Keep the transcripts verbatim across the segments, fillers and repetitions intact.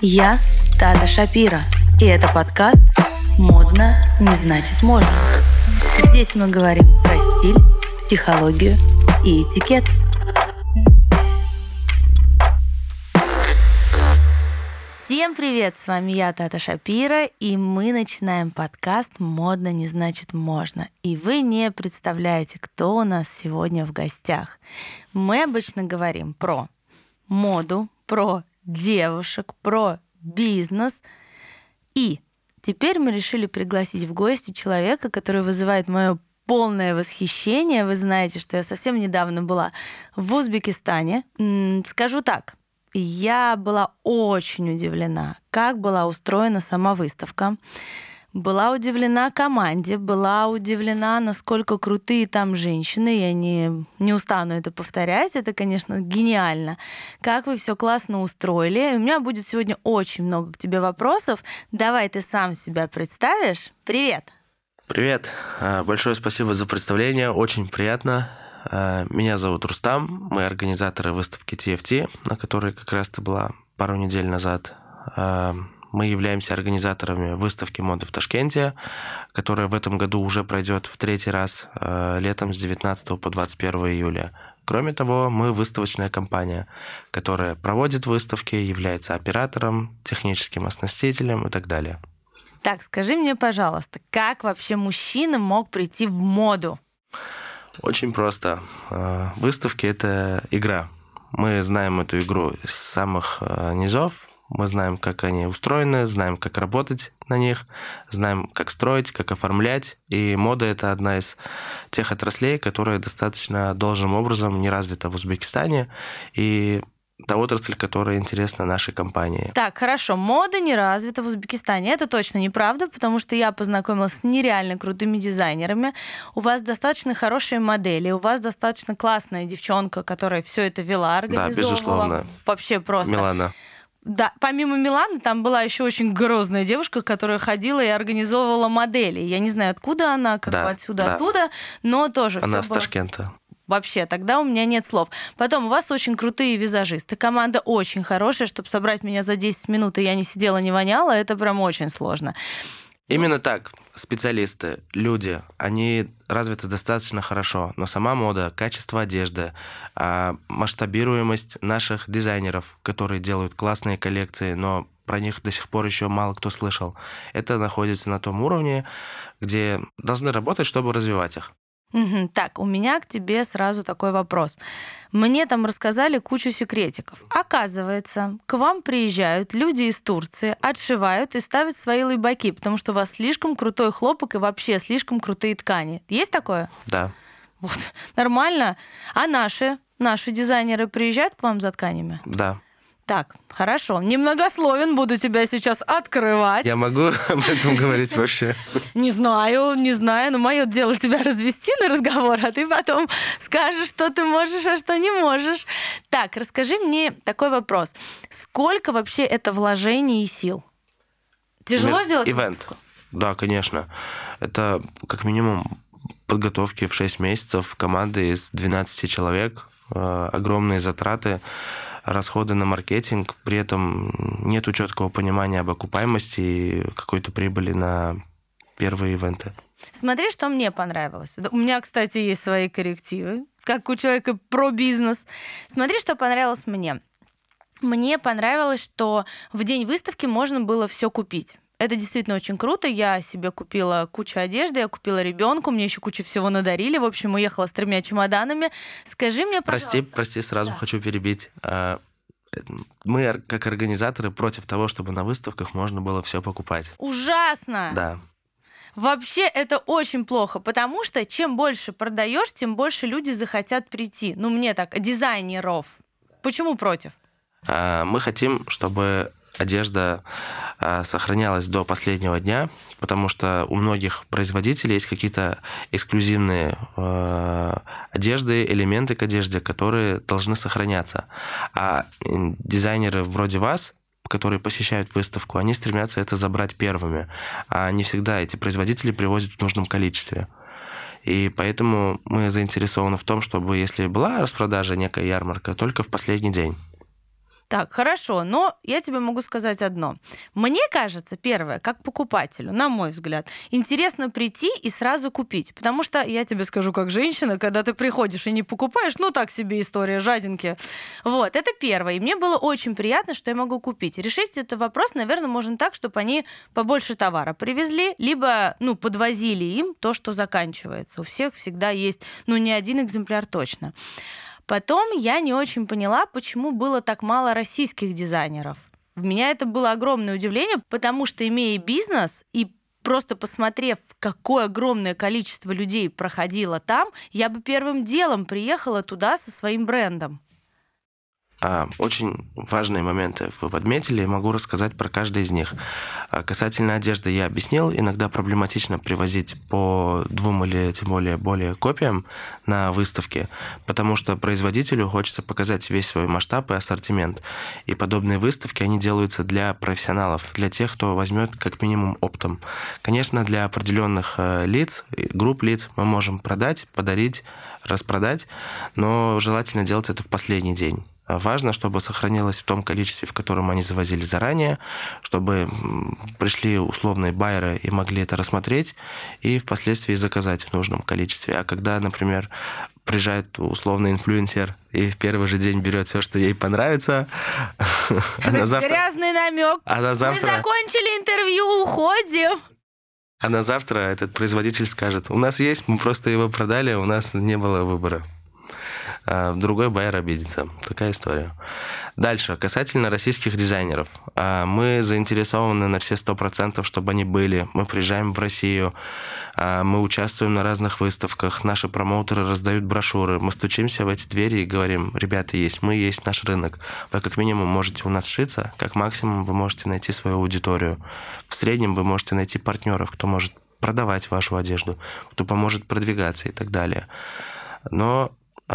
Я Тата Шапира, и это подкаст «Модно не значит можно». Здесь мы говорим про стиль, психологию и этикет. Всем привет, с вами я, Тата Шапира, и мы начинаем подкаст «Модно не значит можно». И вы не представляете, кто у нас сегодня в гостях. Мы обычно говорим про моду, про девушек, про бизнес. И теперь мы решили пригласить в гости человека, который вызывает мое полное восхищение. Вы знаете, что я совсем недавно была в Узбекистане. Скажу так, я была очень удивлена, как была устроена сама выставка. Была удивлена команде, была удивлена, насколько крутые там женщины. Я не, не устану это повторять. Это, конечно, гениально. Как вы все классно устроили. У меня будет сегодня очень много к тебе вопросов. Давай ты сам себя представишь. Привет! Привет! Большое спасибо за представление. Очень приятно. Меня зовут Рустам. Мы организаторы выставки ти эф ти, на которой как раз ты была пару недель назад. Мы являемся организаторами выставки моды в Ташкенте, которая в этом году уже пройдет в третий раз летом с девятнадцатого по двадцать первое июля. Кроме того, мы выставочная компания, которая проводит выставки, является оператором, техническим оснастителем и так далее. Так, скажи мне, пожалуйста, как вообще мужчина мог прийти в моду? Очень просто. Выставки — это игра. Мы знаем эту игру с самых низов. Мы знаем, как они устроены, знаем, как работать на них, знаем, как строить, как оформлять. И мода — это одна из тех отраслей, которая достаточно должным образом не развита в Узбекистане. И та отрасль, которая интересна нашей компании. Так, хорошо, мода не развита в Узбекистане. Это точно неправда, потому что я познакомилась с нереально крутыми дизайнерами. У вас достаточно хорошие модели, у вас достаточно классная девчонка, которая все это вела, организовывала. Да, безусловно. Вообще просто. Милана. Да, помимо Миланы, там была еще очень грозная девушка, которая ходила и организовывала модели. Я не знаю, откуда она, как да, бы отсюда, да. оттуда, но тоже она все с было... Ташкента. Вообще, тогда у меня нет слов. Потом, у вас очень крутые визажисты. Команда очень хорошая, чтобы собрать меня за десять минут, и я не сидела, не воняла, это прям очень сложно. Именно так. Специалисты, люди, они развиты достаточно хорошо, но сама мода, качество одежды, масштабируемость наших дизайнеров, которые делают классные коллекции, но про них до сих пор еще мало кто слышал, это находится на том уровне, где должны работать, чтобы развивать их. Угу. Так, у меня к тебе сразу такой вопрос. Мне там рассказали кучу секретиков. Оказывается, к вам приезжают люди из Турции, отшивают и ставят свои лайбаки, потому что у вас слишком крутой хлопок и вообще слишком крутые ткани. Есть такое? Да. Вот, нормально. А наши, наши дизайнеры приезжают к вам за тканями? Да. Так, хорошо. Немногословен, буду тебя сейчас открывать. Я могу об этом говорить вообще? Не знаю, не знаю, но мое дело тебя развести на разговор, а ты потом скажешь, что ты можешь, а что не можешь. Так, расскажи мне такой вопрос. Сколько вообще это вложений и сил? Тяжело Ивент. сделать Ивент. выставку? Да, конечно. Это как минимум подготовки в шесть месяцев команды из двенадцати человек, огромные затраты, расходы на маркетинг, при этом нет четкого понимания об окупаемости и какой-то прибыли на первые ивенты. Смотри, что мне понравилось. У меня, кстати, есть свои коррективы, как у человека про бизнес. Смотри, что понравилось мне. Мне понравилось, что в день выставки можно было все купить. Это действительно очень круто. Я себе купила кучу одежды, я купила ребенку, мне еще кучу всего надарили. В общем, уехала с тремя чемоданами. Скажи мне, пожалуйста... Прости, прости, сразу да. хочу перебить. Мы, как организаторы, против того, чтобы на выставках можно было все покупать. Ужасно! Да. Вообще это очень плохо, потому что чем больше продаешь, тем больше люди захотят прийти. Ну, мне так, дизайнеров. Почему против? Мы хотим, чтобы одежда сохранялась до последнего дня, потому что у многих производителей есть какие-то эксклюзивные одежды, элементы к одежде, которые должны сохраняться. А дизайнеры вроде вас, которые посещают выставку, они стремятся это забрать первыми. А не всегда эти производители привозят в нужном количестве. И поэтому мы заинтересованы в том, чтобы, если была распродажа, некая ярмарка, только в последний день. Так, хорошо, но я тебе могу сказать одно. Мне кажется, первое, как покупателю, на мой взгляд, интересно прийти и сразу купить. Потому что, я тебе скажу, как женщина, когда ты приходишь и не покупаешь, ну так себе история, жадинки. Вот, это первое. И мне было очень приятно, что я могу купить. Решить этот вопрос, наверное, можно так, чтобы они побольше товара привезли, либо, ну, подвозили им то, что заканчивается. У всех всегда есть, ну, не один экземпляр точно. Потом я не очень поняла, почему было так мало российских дизайнеров. В меня это было огромное удивление, потому что, имея бизнес и просто посмотрев, какое огромное количество людей проходило там, я бы первым делом приехала туда со своим брендом. Очень важные моменты вы подметили, могу рассказать про каждый из них. Касательно одежды я объяснил, иногда проблематично привозить по двум или тем более более копиям на выставке, потому что производителю хочется показать весь свой масштаб и ассортимент. И подобные выставки, они делаются для профессионалов, для тех, кто возьмет как минимум оптом. Конечно, для определенных лиц, групп лиц мы можем продать, подарить, распродать, но желательно делать это в последний день. Важно, чтобы сохранилось в том количестве, в котором они завозили заранее, чтобы пришли условные байеры и могли это рассмотреть и впоследствии заказать в нужном количестве. А когда, например, приезжает условный инфлюенсер и в первый же день берет все, что ей понравится, она завтра... Грязный намек. Она завтра... Мы закончили интервью, уходим. А на завтра этот производитель скажет: у нас есть, мы просто его продали, у нас не было выбора. А другой байер обидится. Такая история. Дальше, касательно российских дизайнеров. Мы заинтересованы на все сто процентов, чтобы они были. Мы приезжаем в Россию, мы участвуем на разных выставках, наши промоутеры раздают брошюры, мы стучимся в эти двери и говорим: ребята, есть мы, есть наш рынок. Вы как минимум можете у нас шиться, как максимум вы можете найти свою аудиторию. В среднем вы можете найти партнеров, кто может продавать вашу одежду, кто поможет продвигаться и так далее. Но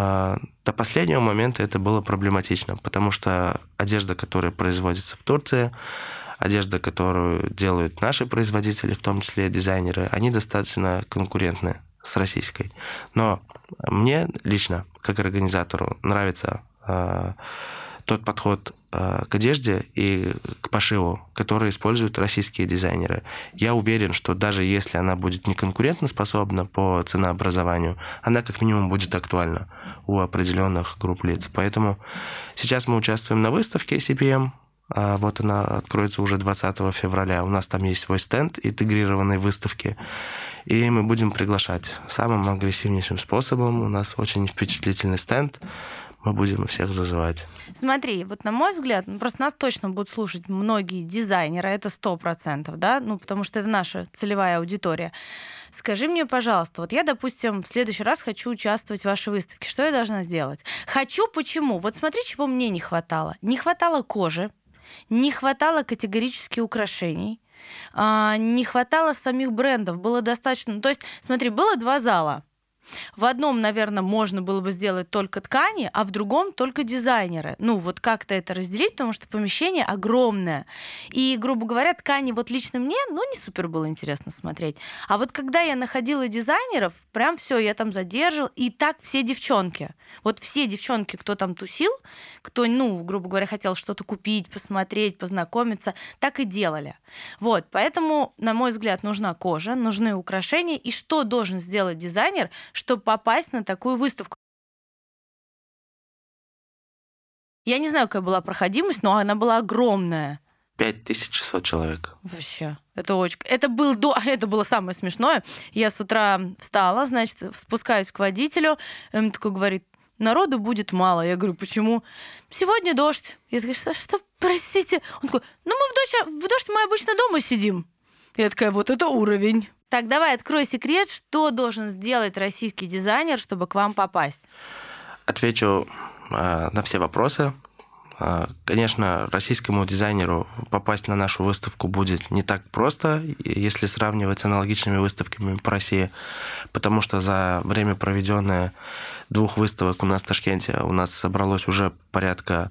до последнего момента это было проблематично, потому что одежда, которая производится в Турции, одежда, которую делают наши производители, в том числе дизайнеры, они достаточно конкурентны с российской. Но мне лично, как организатору, нравится э, тот подход э, к одежде и к пошиву, который используют российские дизайнеры. Я уверен, что даже если она будет не конкурентоспособна по ценообразованию, она как минимум будет актуальна у определенных групп лиц. Поэтому сейчас мы участвуем на выставке си пи эм. Вот она откроется уже двадцатого февраля. У нас там есть свой стенд интегрированной выставки. И мы будем приглашать самым агрессивнейшим способом. У нас очень впечатлительный стенд. Мы будем всех зазывать. Смотри, вот на мой взгляд, ну, просто нас точно будут слушать многие дизайнеры, это сто процентов, да, ну, потому что это наша целевая аудитория. Скажи мне, пожалуйста, вот я, допустим, в следующий раз хочу участвовать в вашей выставке. Что я должна сделать? Хочу, почему? Вот смотри, чего мне не хватало. Не хватало кожи, не хватало категорически украшений, не хватало самих брендов. Было достаточно... То есть, смотри, было два зала. В одном, наверное, можно было бы сделать только ткани, а в другом только дизайнеры. Ну, вот как-то это разделить, потому что помещение огромное. И, грубо говоря, ткани вот лично мне, ну, не супер было интересно смотреть. А вот когда я находила дизайнеров, прям все, я там задерживала. И так все девчонки. Вот все девчонки, кто там тусил, кто, ну, грубо говоря, хотел что-то купить, посмотреть, познакомиться, так и делали. Вот, поэтому, на мой взгляд, нужна кожа, нужны украшения. И что должен сделать дизайнер, чтобы попасть на такую выставку? Я не знаю, какая была проходимость, но она была огромная. пять тысяч шестьсот человек. Вообще, это очень... Это, был до... это было самое смешное. Я с утра встала, значит, спускаюсь к водителю, он такой говорит: народу будет мало. Я говорю: почему? Сегодня дождь. Я такая: что, что, простите? Он такой: ну мы в дождь, в дождь мы обычно дома сидим. Я такая: вот это уровень. Так, давай, открой секрет, что должен сделать российский дизайнер, чтобы к вам попасть? Отвечу э, на все вопросы. Э, конечно, российскому дизайнеру попасть на нашу выставку будет не так просто, если сравнивать с аналогичными выставками по России, потому что за время, проведенное двух выставок у нас в Ташкенте, у нас собралось уже порядка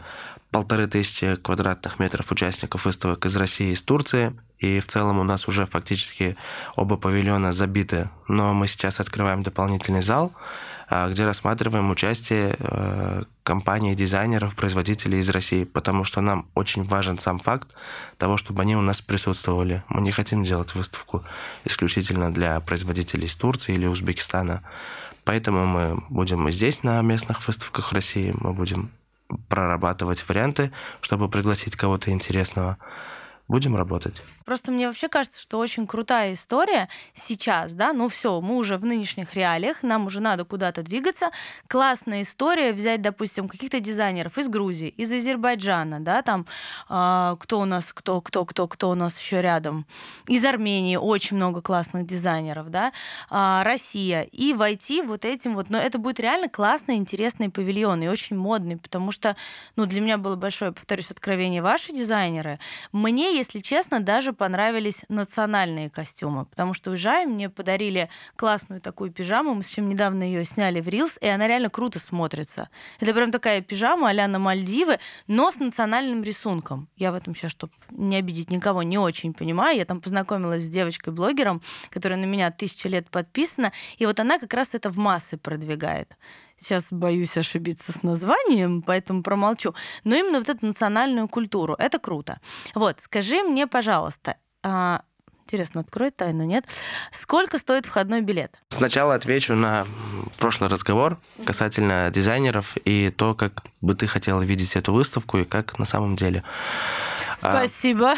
полторы тысячи квадратных метров участников выставок из России и из Турции. И в целом у нас уже фактически оба павильона забиты. Но мы сейчас открываем дополнительный зал, где рассматриваем участие компаний, дизайнеров, производителей из России, потому что нам очень важен сам факт того, чтобы они у нас присутствовали. Мы не хотим делать выставку исключительно для производителей из Турции или Узбекистана. Поэтому мы будем и здесь на местных выставках в России, мы будем прорабатывать варианты, чтобы пригласить кого-то интересного. Будем работать. Просто мне вообще кажется, что очень крутая история сейчас, да, ну все, мы уже в нынешних реалиях, нам уже надо куда-то двигаться. Классная история взять, допустим, каких-то дизайнеров из Грузии, из Азербайджана, да, там, э, кто у нас, кто, кто, кто, кто у нас еще рядом, из Армении очень много классных дизайнеров, да, э, Россия, и войти вот этим вот, но это будет реально классный, интересный павильон и очень модный, потому что, ну, для меня было большое, повторюсь, откровение ваши дизайнеры. Мне, если честно, даже понравились национальные костюмы, потому что уезжаем, мне подарили классную такую пижаму, мы с чем недавно ее сняли в Reels, и она реально круто смотрится. Это прям такая пижама а-ля на Мальдивы, но с национальным рисунком. Я в этом сейчас, чтобы не обидеть никого, не очень понимаю. Я там познакомилась с девочкой-блогером, которая на меня тысяча лет подписана, и вот она как раз это в массы продвигает. Сейчас боюсь ошибиться с названием, поэтому промолчу. Но именно вот эту национальную культуру. Это круто. Вот, скажи мне, пожалуйста, а, интересно, открой тайну, нет? Сколько стоит входной билет? Сначала отвечу на прошлый разговор касательно дизайнеров и то, как бы ты хотела видеть эту выставку и как на самом деле. Спасибо.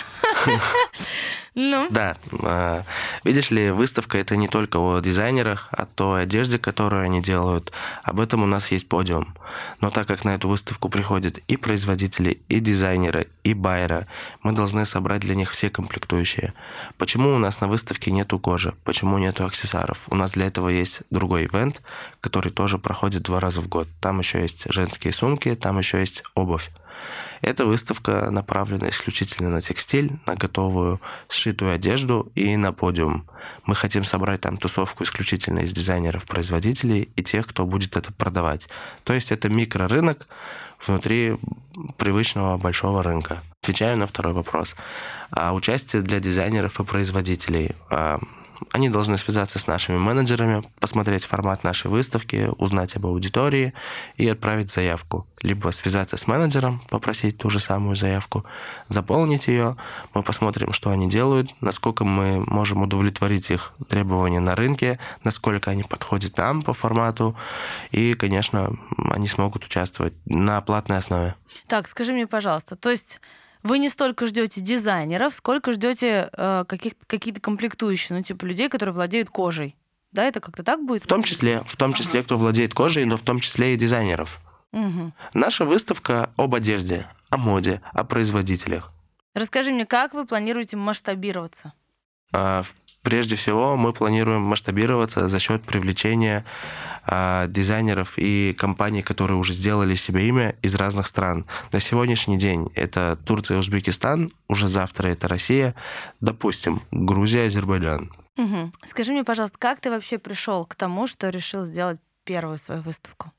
Ну. Да. Видишь ли, выставка — это не только о дизайнерах, о той одежде, которую они делают. Об этом у нас есть подиум. Но так как на эту выставку приходят и производители, и дизайнеры, и байеры, мы должны собрать для них все комплектующие. Почему у нас на выставке нету кожи? Почему нету аксессуаров? У нас для этого есть другой ивент, который тоже проходит два раза в год. Там еще есть женские сумки, там еще есть обувь. Эта выставка направлена исключительно на текстиль, на готовую сшитую одежду и на подиум. Мы хотим собрать там тусовку исключительно из дизайнеров-производителей и тех, кто будет это продавать. То есть это микрорынок внутри привычного большого рынка. Отвечаю на второй вопрос. А участие для дизайнеров и производителей. Они должны связаться с нашими менеджерами, посмотреть формат нашей выставки, узнать об аудитории и отправить заявку. Либо связаться с менеджером, попросить ту же самую заявку, заполнить ее. Мы посмотрим, что они делают, насколько мы можем удовлетворить их требования на рынке, насколько они подходят нам по формату. И, конечно, они смогут участвовать на платной основе. Так, скажи мне, пожалуйста, то есть вы не столько ждете дизайнеров, сколько ждете э, каких- какие-то комплектующие, ну, типа людей, которые владеют кожей. Да, это как-то так будет? В том числе, в том числе, ага. кто владеет кожей, но в том числе и дизайнеров. Угу. Наша выставка об одежде, о моде, о производителях. Расскажи мне, как вы планируете масштабироваться? А, прежде всего, мы планируем масштабироваться за счет привлечения а, дизайнеров и компаний, которые уже сделали себе имя из разных стран. На сегодняшний день это Турция и Узбекистан, уже завтра это Россия, допустим, Грузия, Азербайджан. Угу. Скажи мне, пожалуйста, как ты вообще пришел к тому, что решил сделать первую свою выставку?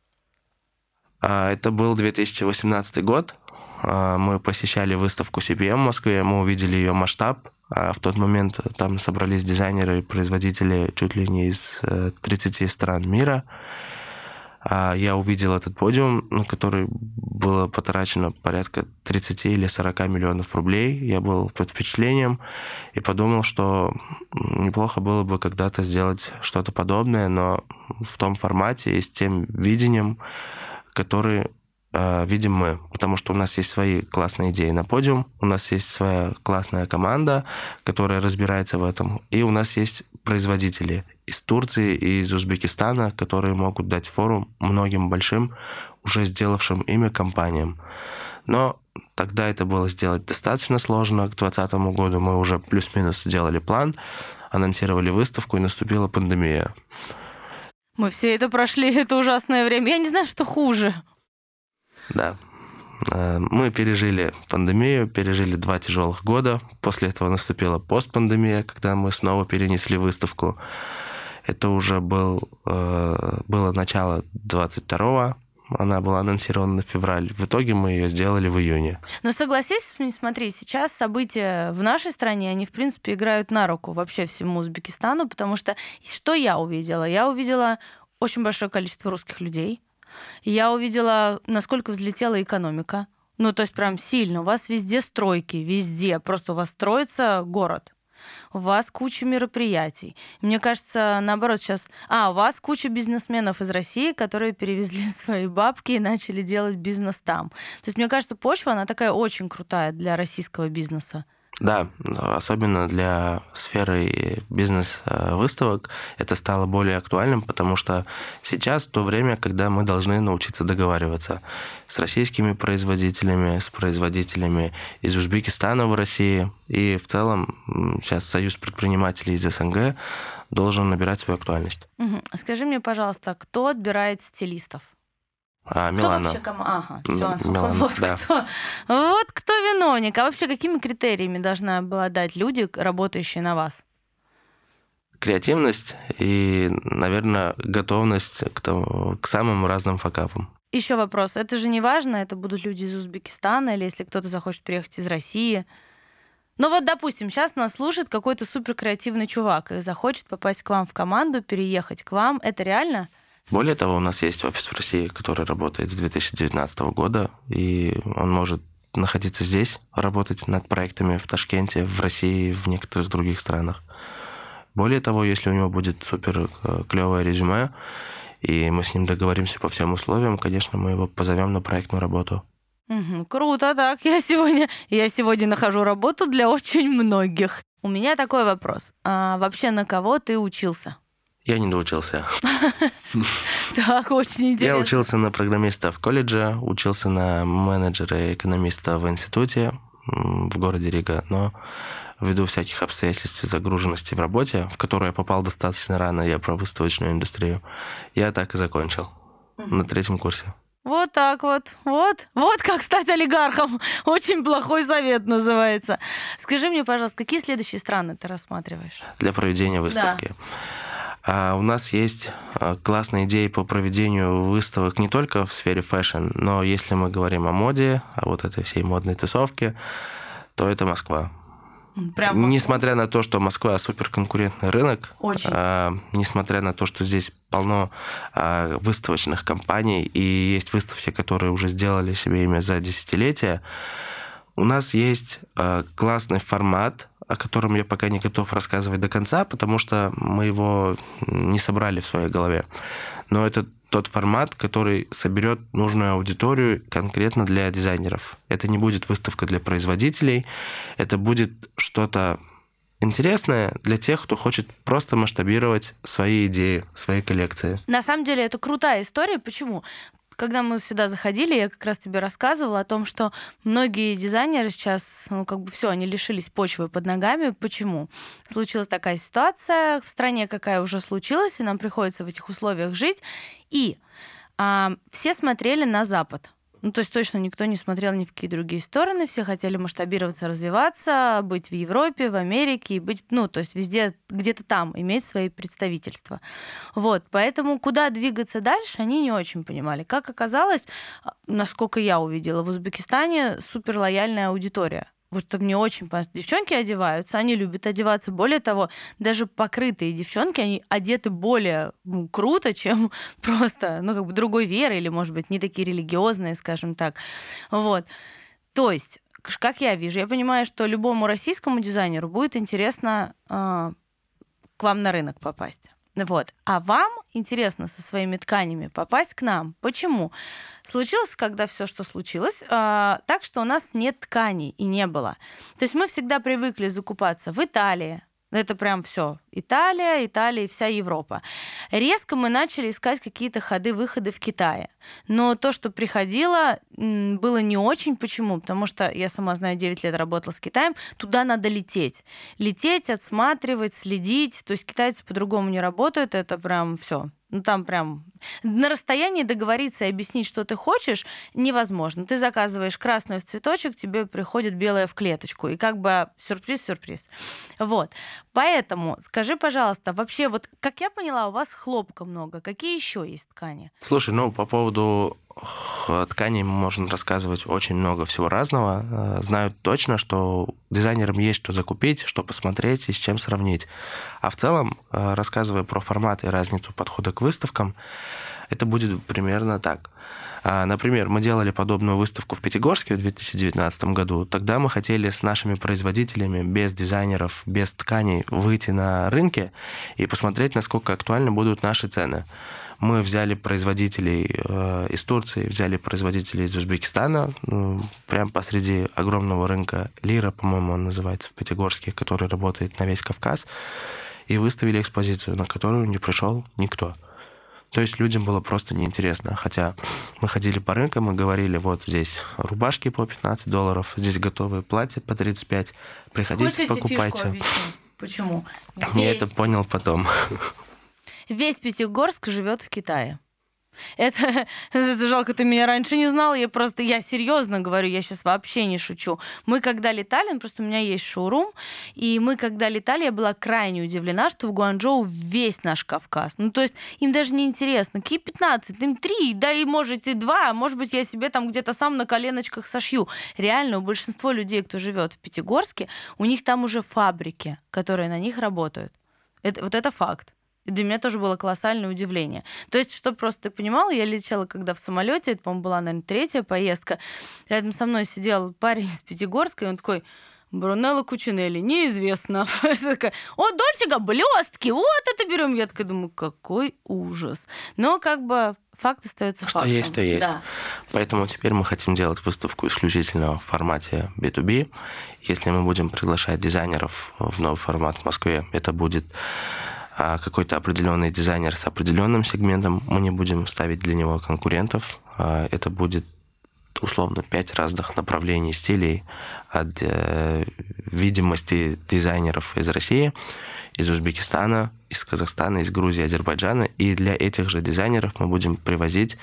А, это был две тысячи восемнадцатый год. А, мы посещали выставку си пи эм в Москве, мы увидели ее масштаб. А в тот момент там собрались дизайнеры и производители чуть ли не из тридцати стран мира. Я увидел этот подиум, на который было потрачено порядка тридцать или сорок миллионов рублей. Я был под впечатлением и подумал, что неплохо было бы когда-то сделать что-то подобное, но в том формате и с тем видением, который видим мы, потому что у нас есть свои классные идеи на подиум, у нас есть своя классная команда, которая разбирается в этом, и у нас есть производители из Турции и из Узбекистана, которые могут дать форум многим большим, уже сделавшим имя компаниям. Но тогда это было сделать достаточно сложно. К двадцатому году мы уже плюс-минус сделали план, анонсировали выставку, и наступила пандемия. Мы все это прошли, это ужасное время. Я не знаю, что хуже. Да. Мы пережили пандемию, пережили два тяжелых года. После этого наступила постпандемия, когда мы снова перенесли выставку. Это уже был, было начало двадцать второго. Она была анонсирована на февраль. В итоге мы ее сделали в июне. Но согласись, смотри, сейчас события в нашей стране, они, в принципе, играют на руку вообще всему Узбекистану, потому что что я увидела? Я увидела очень большое количество русских людей. Я увидела, насколько взлетела экономика. Ну, то есть прям сильно. У вас везде стройки, везде. Просто у вас строится город. У вас куча мероприятий. Мне кажется, наоборот, сейчас... А, у вас куча бизнесменов из России, которые перевезли свои бабки и начали делать бизнес там. То есть, мне кажется, почва, она такая очень крутая для российского бизнеса. Да, особенно для сферы бизнес-выставок это стало более актуальным, потому что сейчас то время, когда мы должны научиться договариваться с российскими производителями, с производителями из Узбекистана в России. И в целом сейчас Союз предпринимателей из СНГ должен набирать свою актуальность. Угу. Скажи мне, пожалуйста, кто отбирает стилистов? А, Милана. Кто вообще кому? Ага, все. Милана, вот, да. кто, вот кто виновник. А вообще какими критериями должны обладать люди, работающие на вас? Креативность и, наверное, готовность к, тому, к самым разным факапам. Еще вопрос. Это же не важно, это будут люди из Узбекистана, или если кто-то захочет приехать из России. Ну вот, допустим, сейчас нас слушает какой-то суперкреативный чувак и захочет попасть к вам в команду, переехать к вам. Это реально? Более того, у нас есть офис в России, который работает с две тысячи девятнадцатого года, и он может находиться здесь, работать над проектами в Ташкенте, в России, в некоторых других странах. Более того, если у него будет супер клевое резюме, и мы с ним договоримся по всем условиям, конечно, мы его позовем на проектную работу. Угу, круто, так. Я сегодня, я сегодня нахожу работу для очень многих. У меня такой вопрос. А вообще на кого ты учился? Я не доучился. Так, очень интересно. Я учился на программиста в колледже, учился на менеджера и экономиста в институте в городе Рига, но ввиду всяких обстоятельств и загруженности в работе, в которую я попал достаточно рано, я про выставочную индустрию, я так и закончил на третьем курсе. Вот так вот. Вот. Вот как стать олигархом. Очень плохой совет называется. Скажи мне, пожалуйста, какие следующие страны ты рассматриваешь? Для проведения выставки. Да. А у нас есть классные идеи по проведению выставок не только в сфере фэшн, но если мы говорим о моде, о вот этой всей модной тусовке, то это Москва. Прям несмотря на то, что Москва суперконкурентный рынок, а, несмотря на то, что здесь полно а, выставочных компаний и есть выставки, которые уже сделали себе имя за десятилетия, у нас есть а, классный формат, о котором я пока не готов рассказывать до конца, потому что мы его не собрали в своей голове. Но это тот формат, который соберет нужную аудиторию конкретно для дизайнеров. Это не будет выставка для производителей, это будет что-то интересное для тех, кто хочет просто масштабировать свои идеи, свои коллекции. На самом деле это крутая история. Почему? Когда мы сюда заходили, я как раз тебе рассказывала о том, что многие дизайнеры сейчас, ну, как бы все, они лишились почвы под ногами. Почему? Случилась такая ситуация в стране, какая уже случилась, и нам приходится в этих условиях жить. И а, все смотрели на Запад. Ну, то есть точно никто не смотрел ни в какие другие стороны, все хотели масштабироваться, развиваться, быть в Европе, в Америке, быть, ну, то есть везде, где-то там, иметь свои представительства. Вот, поэтому куда двигаться дальше, они не очень понимали. Как оказалось, насколько я увидела, в Узбекистане суперлояльная аудитория. Вот что мне очень понравилось. Девчонки одеваются, они любят одеваться. Более того, даже покрытые девчонки, они одеты более ну, круто, чем просто, ну, как бы другой веры или, может быть, не такие религиозные, скажем так. Вот. То есть, как я вижу, я понимаю, что любому российскому дизайнеру будет интересно э, к вам на рынок попасть. Вот. А вам интересно со своими тканями попасть к нам. Почему? Случилось, когда все, что случилось, э, так что у нас нет тканей и не было. То есть мы всегда привыкли закупаться в Италии. Это прям все. Италия, Италия и вся Европа. Резко мы начали искать какие-то ходы-выходы в Китае. Но то, что приходило, было не очень. Почему? Потому что я сама знаю, девять лет работала с Китаем. Туда надо лететь. Лететь, отсматривать, следить. То есть китайцы по-другому не работают. Это прям все. Ну, там прям на расстоянии договориться и объяснить, что ты хочешь, невозможно. Ты заказываешь красную в цветочек, тебе приходит белая в клеточку. И как бы сюрприз-сюрприз. Вот. Поэтому скажи, пожалуйста, вообще, вот как я поняла, у вас хлопка много. Какие еще есть ткани? Слушай, ну, по поводу тканей можно рассказывать очень много всего разного. Знаю точно, что дизайнерам есть что закупить, что посмотреть и с чем сравнить. А в целом, рассказывая про формат и разницу подхода к выставкам, это будет примерно так. Например, мы делали подобную выставку в Пятигорске в две тысячи девятнадцатом году. Тогда мы хотели с нашими производителями, без дизайнеров, без тканей, выйти на рынке и посмотреть, насколько актуальны будут наши цены. Мы взяли производителей из Турции, взяли производителей из Узбекистана, прямо посреди огромного рынка Лира, по-моему, он называется, в Пятигорске, который работает на весь Кавказ, и выставили экспозицию, на которую не пришел никто. То есть людям было просто неинтересно. Хотя мы ходили по рынкам и говорили, вот здесь рубашки по пятнадцать долларов, здесь готовые платья по тридцать пять. Приходите, Хочешь, покупайте. Фишку объясню? Почему? Я Весь, это понял потом. Весь Пятигорск живет в Китае. Это, это жалко, ты меня раньше не знал. Я просто, я серьезно говорю, я сейчас вообще не шучу. Мы когда летали, просто у меня есть шоурум, и мы когда летали, я была крайне удивлена, что в Гуанчжоу весь наш Кавказ. Ну, то есть им даже не интересно. Какие пятнадцать? Им три, да и может и два. Может быть, я себе там где-то сам на коленочках сошью. Реально, у большинства людей, кто живет в Пятигорске, у них там уже фабрики, которые на них работают. Это, вот это факт. И для меня тоже было колоссальное удивление. То есть, чтобы просто ты понимала, я летела, когда в самолете, это, по-моему, была, наверное, третья поездка, рядом со мной сидел парень из Пятигорска, и он такой: Брунелло Кучинелли, неизвестно. Я такая: о, Дольче, блестки, вот это берем. Я такая думаю, какой ужас. Но как бы факт остается что фактом. Что есть, то есть. Да. Поэтому теперь мы хотим делать выставку исключительно в формате би ту би. Если мы будем приглашать дизайнеров в новый формат в Москве, это будет какой-то определенный дизайнер с определенным сегментом, мы не будем ставить для него конкурентов. Это будет условно пять разных направлений стилей от э, видимости дизайнеров из России, из Узбекистана, из Казахстана, из Грузии, Азербайджана. И для этих же дизайнеров мы будем привозить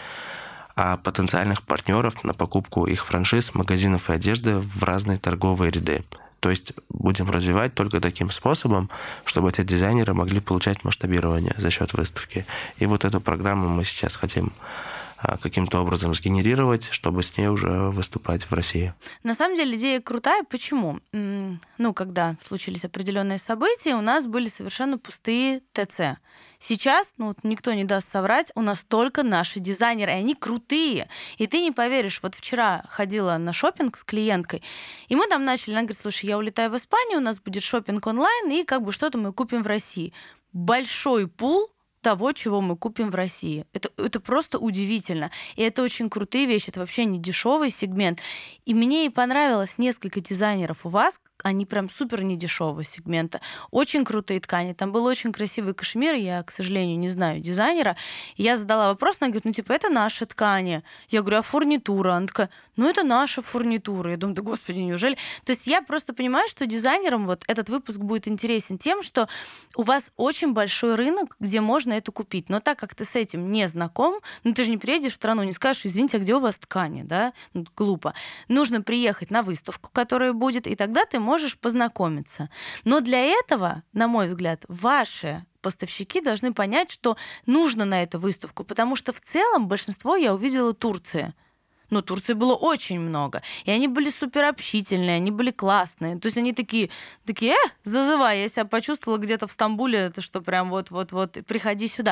а, потенциальных партнеров на покупку их франшиз, магазинов и одежды в разные торговые ряды. То есть будем развивать только таким способом, чтобы эти дизайнеры могли получать масштабирование за счет выставки. И вот эту программу мы сейчас хотим каким-то образом сгенерировать, чтобы с ней уже выступать в России. На самом деле идея крутая. Почему? Ну, когда случились определенные события, у нас были совершенно пустые ТЦ. Сейчас, ну, вот никто не даст соврать, у нас только наши дизайнеры, и они крутые. И ты не поверишь, вот вчера ходила на шопинг с клиенткой, и мы там начали, она говорит: слушай, я улетаю в Испанию, у нас будет шопинг онлайн, и как бы что-то мы купим в России. Большой пул того, чего мы купим в России. Это, это просто удивительно. И это очень крутые вещи, это вообще не дешевый сегмент. И мне и понравилось несколько дизайнеров у вас, они прям супер недешевого сегмента. Очень крутые ткани. Там был очень красивый кашемир, я, к сожалению, не знаю дизайнера. И я задала вопрос, она говорит: ну, типа, это наши ткани. Я говорю: а фурнитура? Она такая: ну, это наша фурнитура. Я думаю: да господи, неужели? То есть я просто понимаю, что дизайнерам вот этот выпуск будет интересен тем, что у вас очень большой рынок, где можно это купить. Но так как ты с этим не знаком, ну, ты же не приедешь в страну, не скажешь: извините, а где у вас ткани? Да? Ну, глупо. Нужно приехать на выставку, которая будет, и тогда ты можешь познакомиться. Но для этого, на мой взгляд, ваши поставщики должны понять, что нужно на эту выставку, потому что в целом большинство я увидела Турции. Но Турции было очень много. И они были супер общительные, они были классные. То есть они такие, такие, э, зазывай, я себя почувствовала где-то в Стамбуле, это что прям вот-вот-вот, приходи сюда.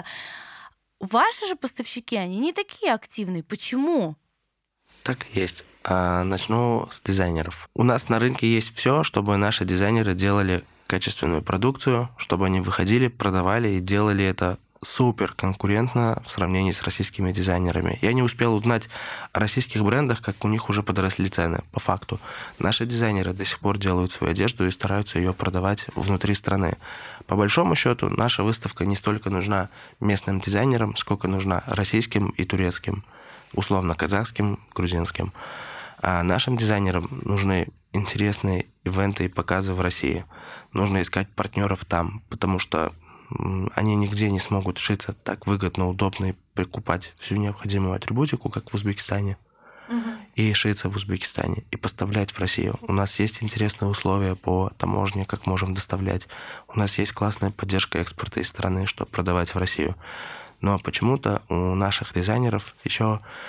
Ваши же поставщики, они не такие активные. Почему? Так и есть. Начну с дизайнеров. У нас на рынке есть все, чтобы наши дизайнеры делали качественную продукцию, чтобы они выходили, продавали и делали это супер конкурентно в сравнении с российскими дизайнерами. Я не успел узнать о российских брендах, как у них уже подросли цены, по факту. Наши дизайнеры до сих пор делают свою одежду и стараются ее продавать внутри страны. По большому счету, наша выставка не столько нужна местным дизайнерам, сколько нужна российским и турецким, условно казахским, грузинским. А нашим дизайнерам нужны интересные ивенты и показы в России. Нужно искать партнеров там, потому что они нигде не смогут шиться так выгодно, удобно и прикупать всю необходимую атрибутику, как в Узбекистане. Угу. И шиться в Узбекистане, и поставлять в Россию. У нас есть интересные условия по таможне, как можем доставлять. У нас есть классная поддержка экспорта из страны, чтобы продавать в Россию. Но почему-то у наших дизайнеров еще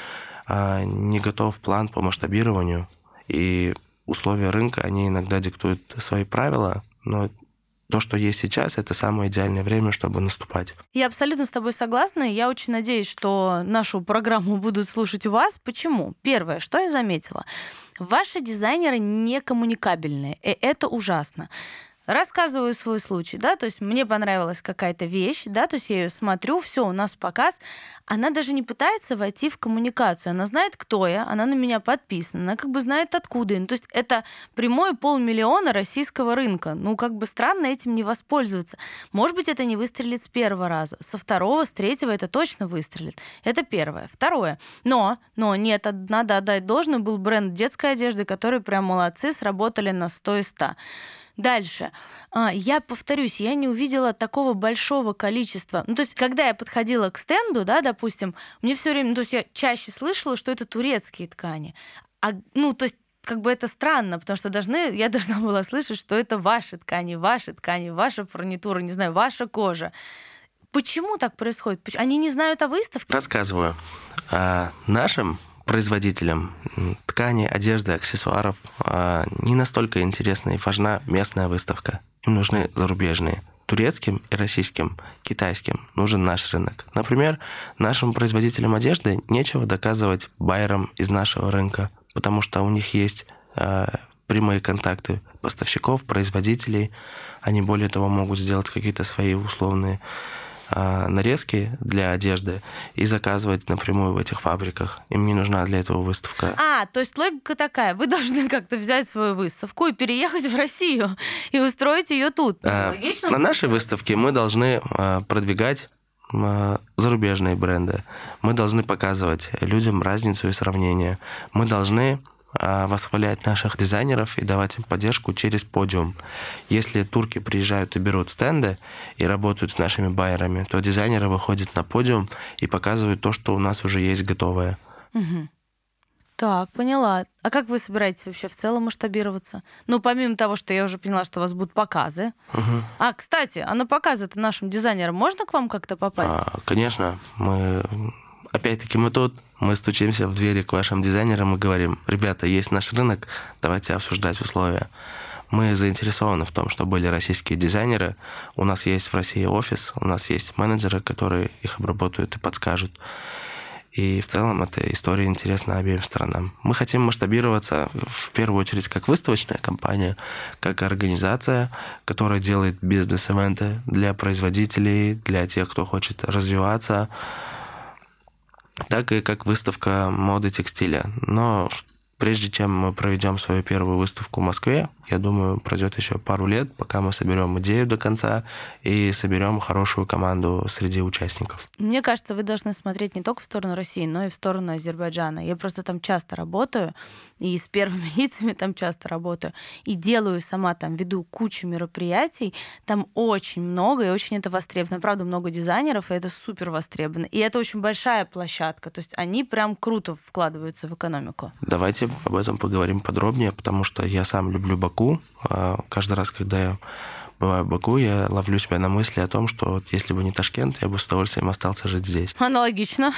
не готов план по масштабированию, и условия рынка, они иногда диктуют свои правила, но то, что есть сейчас, это самое идеальное время, чтобы наступать. Я абсолютно с тобой согласна. Я очень надеюсь, что нашу программу будут слушать у вас. Почему? Первое, что я заметила. Ваши дизайнеры не коммуникабельные, и это ужасно. Рассказываю свой случай, да, то есть мне понравилась какая-то вещь, да, то есть я ее смотрю, все, у нас показ, она даже не пытается войти в коммуникацию, она знает, кто я, она на меня подписана, она как бы знает, откуда я, ну, то есть это прямое полмиллиона российского рынка, ну, как бы странно этим не воспользоваться. Может быть, это не выстрелит с первого раза, со второго, с третьего это точно выстрелит. Это первое. Второе. Но, но нет, надо отдать должное, был бренд детской одежды, которые прям молодцы, сработали на сто из ста. Дальше. Я повторюсь, я не увидела такого большого количества. Ну, то есть, когда я подходила к стенду, да, допустим, мне все время, ну, то есть я чаще слышала, что это турецкие ткани. А, ну, то есть, как бы это странно, потому что должны, я должна была слышать, что это ваши ткани, ваши ткани, ваша фурнитура, не знаю, ваша кожа. Почему так происходит? Они не знают о выставке? Рассказываю. А нашим производителям ткани, одежды, аксессуаров не настолько интересна и важна местная выставка. Им нужны зарубежные. Турецким и российским, китайским нужен наш рынок. Например, нашим производителям одежды нечего доказывать байерам из нашего рынка, потому что у них есть прямые контакты поставщиков, производителей. Они, более того, могут сделать какие-то свои условные нарезки для одежды и заказывать напрямую в этих фабриках. Им не нужна для этого выставка. А, то есть логика такая. Вы должны как-то взять свою выставку и переехать в Россию и устроить ее тут. А, Логично? На нашей выставке мы должны продвигать зарубежные бренды. Мы должны показывать людям разницу и сравнение. Мы должны восхвалять наших дизайнеров и давать им поддержку через подиум. Если турки приезжают и берут стенды и работают с нашими байерами, то дизайнеры выходят на подиум и показывают то, что у нас уже есть готовое. Угу. Так, поняла. А как вы собираетесь вообще в целом масштабироваться? Ну, помимо того, что я уже поняла, что у вас будут показы. Угу. А, кстати, а на показы-то нашим дизайнерам можно к вам как-то попасть? А, конечно. Мы... Опять-таки мы тут, мы стучимся в двери к вашим дизайнерам и говорим: ребята, есть наш рынок, давайте обсуждать условия. Мы заинтересованы в том, чтобы были российские дизайнеры. У нас есть в России офис, у нас есть менеджеры, которые их обработают и подскажут. И в целом эта история интересна обеим сторонам. Мы хотим масштабироваться в первую очередь как выставочная компания, как организация, которая делает бизнес-ивенты для производителей, для тех, кто хочет развиваться, так и как выставка моды текстиля. Но прежде чем мы проведем свою первую выставку в Москве, я думаю, пройдет еще пару лет, пока мы соберем идею до конца и соберем хорошую команду среди участников. Мне кажется, вы должны смотреть не только в сторону России, но и в сторону Азербайджана. Я просто там часто работаю, и с первыми лицами там часто работаю, и делаю сама там, веду кучу мероприятий, там очень много, и очень это востребовано. Правда, много дизайнеров, и это супер востребовано. И это очень большая площадка, то есть они прям круто вкладываются в экономику. Давайте об этом поговорим подробнее, потому что я сам люблю Баку. Каждый раз, когда я бываю в Баку, я ловлю себя на мысли о том, что вот если бы не Ташкент, я бы с удовольствием остался жить здесь. Аналогично.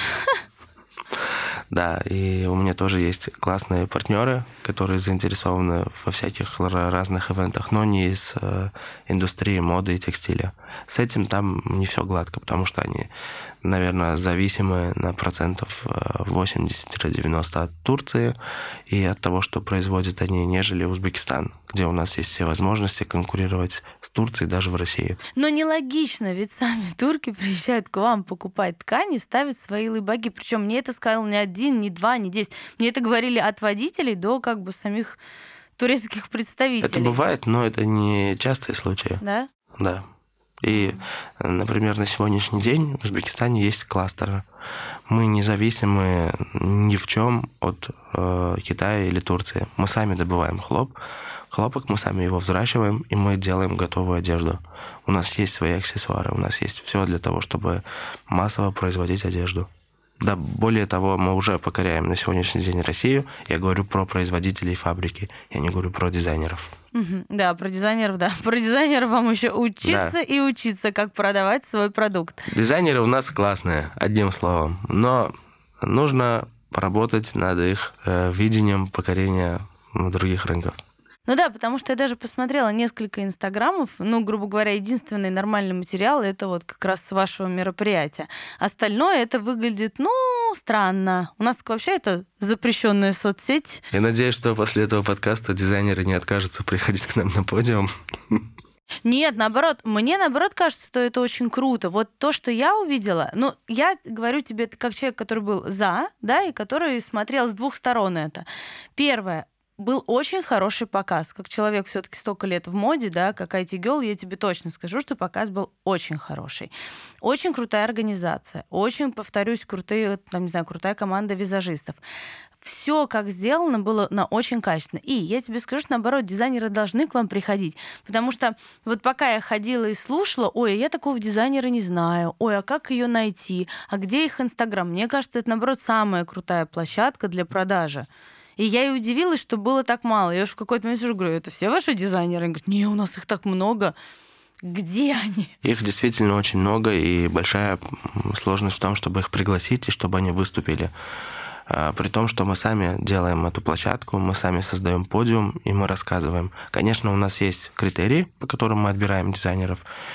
Да, и у меня тоже есть классные партнеры, которые заинтересованы во всяких разных ивентах, но не из индустрии моды и текстиля. С этим там не все гладко, потому что они, наверное, зависимы на процентов восемьдесят-девяносто от Турции и от того, что производят они, нежели Узбекистан, где у нас есть все возможности конкурировать с Турцией даже в России. Но нелогично, ведь сами турки приезжают к вам покупать ткани, ставят свои лейбаги. Причем мне это сказал не один, не два, не десять. Мне это говорили от водителей до как бы самих турецких представителей. Это бывает, но это не частые случаи. Да? Да. И, например, на сегодняшний день в Узбекистане есть кластеры. Мы независимы ни в чем от э, Китая или Турции. Мы сами добываем хлоп, хлопок, мы сами его взращиваем, и мы делаем готовую одежду. У нас есть свои аксессуары, у нас есть все для того, чтобы массово производить одежду. Да, более того, мы уже покоряем на сегодняшний день Россию. Я говорю про производителей фабрики, я не говорю про дизайнеров. Угу, да, про дизайнеров, да. Про дизайнеров вам еще учиться да. и учиться, как продавать свой продукт. Дизайнеры у нас классные, одним словом. Но нужно поработать над их э, видением покорения других рынков. Ну да, потому что я даже посмотрела несколько инстаграмов, ну, грубо говоря, единственный нормальный материал — это вот как раз с вашего мероприятия. Остальное это выглядит, ну, странно. У нас вообще это запрещенная соцсеть. Я надеюсь, что после этого подкаста дизайнеры не откажутся приходить к нам на подиум. Нет, наоборот, мне наоборот кажется, что это очень круто. Вот то, что я увидела, ну, я говорю тебе это как человек, который был за, да, и который смотрел с двух сторон это. Первое, был очень хороший показ. Как человек все-таки столько лет в моде, да, как ай ти-герл, я тебе точно скажу, что показ был очень хороший. Очень крутая организация. Очень, повторюсь, крутые, там, не знаю, крутая команда визажистов. Все, как сделано, было на очень качественно. И я тебе скажу, что, наоборот, дизайнеры должны к вам приходить. Потому что вот пока я ходила и слушала, ой, а я такого дизайнера не знаю, ой, а как ее найти, а где их Инстаграм? Мне кажется, это, наоборот, самая крутая площадка для продажи. И я и удивилась, что было так мало. Я уж в какой-то момент уже говорю, это все ваши дизайнеры? Они говорят, не, у нас их так много. Где они? Их действительно очень много, и большая сложность в том, чтобы их пригласить и чтобы они выступили. При том, что мы сами делаем эту площадку, мы сами создаем подиум, и мы рассказываем. Конечно, у нас есть критерии, по которым мы отбираем дизайнеров.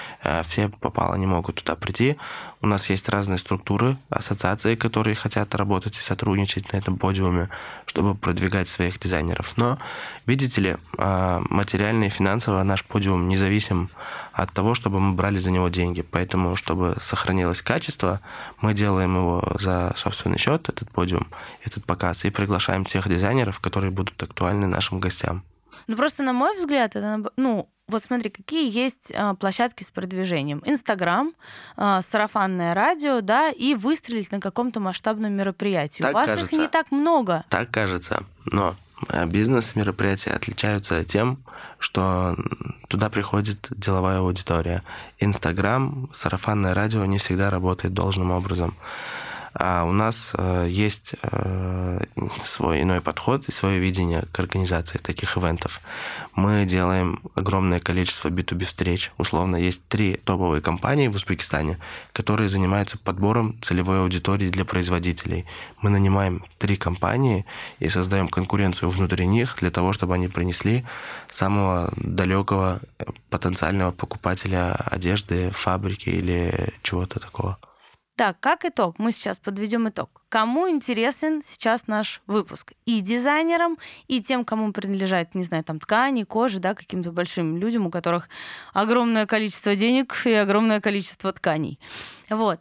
Все попало не могут туда прийти. У нас есть разные структуры, ассоциации, которые хотят работать и сотрудничать на этом подиуме, чтобы продвигать своих дизайнеров. Но, видите ли, материально и финансово наш подиум независим от того, чтобы мы брали за него деньги. Поэтому, чтобы сохранилось качество, мы делаем его за собственный счет, этот подиум, этот показ, и приглашаем тех дизайнеров, которые будут актуальны нашим гостям. Ну, просто, на мой взгляд, это, ну, вот смотри, какие есть а, площадки с продвижением. Инстаграм, а, сарафанное радио, да, и выстрелить на каком-то масштабном мероприятии. Так У вас кажется. их не так много. Так кажется, но бизнес-мероприятия отличаются тем, что туда приходит деловая аудитория. Инстаграм, сарафанное радио не всегда работает должным образом. А у нас э, есть э, свой иной подход и свое видение к организации таких ивентов. Мы делаем огромное количество би ту би встреч. Условно, есть три топовые компании в Узбекистане, которые занимаются подбором целевой аудитории для производителей. Мы нанимаем три компании и создаем конкуренцию внутри них для того, чтобы они принесли самого далекого потенциального покупателя одежды, фабрики или чего-то такого. Так, как итог, мы сейчас подведем итог. Кому интересен сейчас наш выпуск? И дизайнерам, и тем, кому принадлежат, не знаю, там ткани, кожи, да, каким-то большим людям, у которых огромное количество денег и огромное количество тканей. Вот.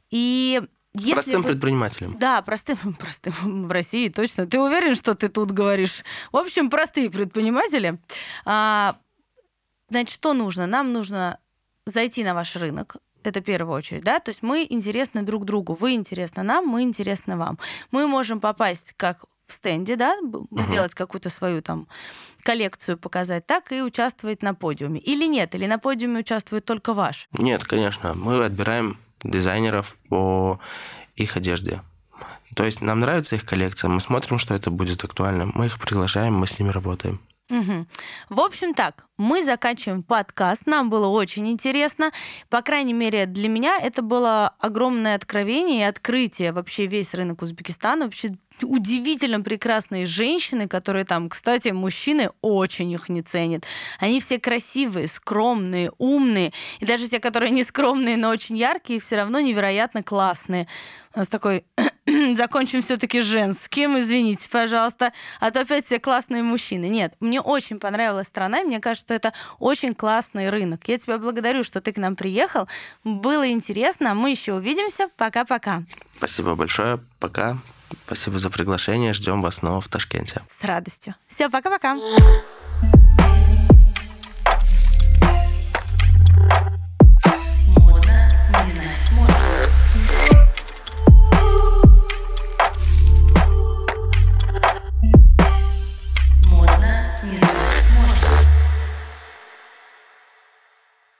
И если простым вы... предпринимателям. Да, простым, простым в России, точно. Ты уверен, что ты тут говоришь? В общем, простые предприниматели. А, значит, что нужно? Нам нужно зайти на ваш рынок. Это в первую очередь, да, то есть мы интересны друг другу, вы интересны нам, мы интересны вам. Мы можем попасть как в стенде, да, uh-huh. сделать какую-то свою там коллекцию, показать, так и участвовать на подиуме. Или нет, или на подиуме участвует только ваш? Нет, конечно, мы отбираем дизайнеров по их одежде. То есть нам нравится их коллекция, мы смотрим, что это будет актуально, мы их приглашаем, мы с ними работаем. Угу. В общем так, мы заканчиваем подкаст, нам было очень интересно, по крайней мере для меня это было огромное откровение и открытие вообще весь рынок Узбекистана, вообще удивительно прекрасные женщины, которые там, кстати, мужчины очень их не ценят. Они все красивые, скромные, умные, и даже те, которые не скромные, но очень яркие, все равно невероятно классные. У нас такой... Закончим все-таки женским, извините, пожалуйста, а то опять все классные мужчины. Нет, мне очень понравилась страна, и мне кажется, что это очень классный рынок. Я тебя благодарю, что ты к нам приехал. Было интересно, мы еще увидимся. Пока-пока. Спасибо большое, пока. Спасибо за приглашение, ждем вас снова в Ташкенте. С радостью. Все, пока-пока.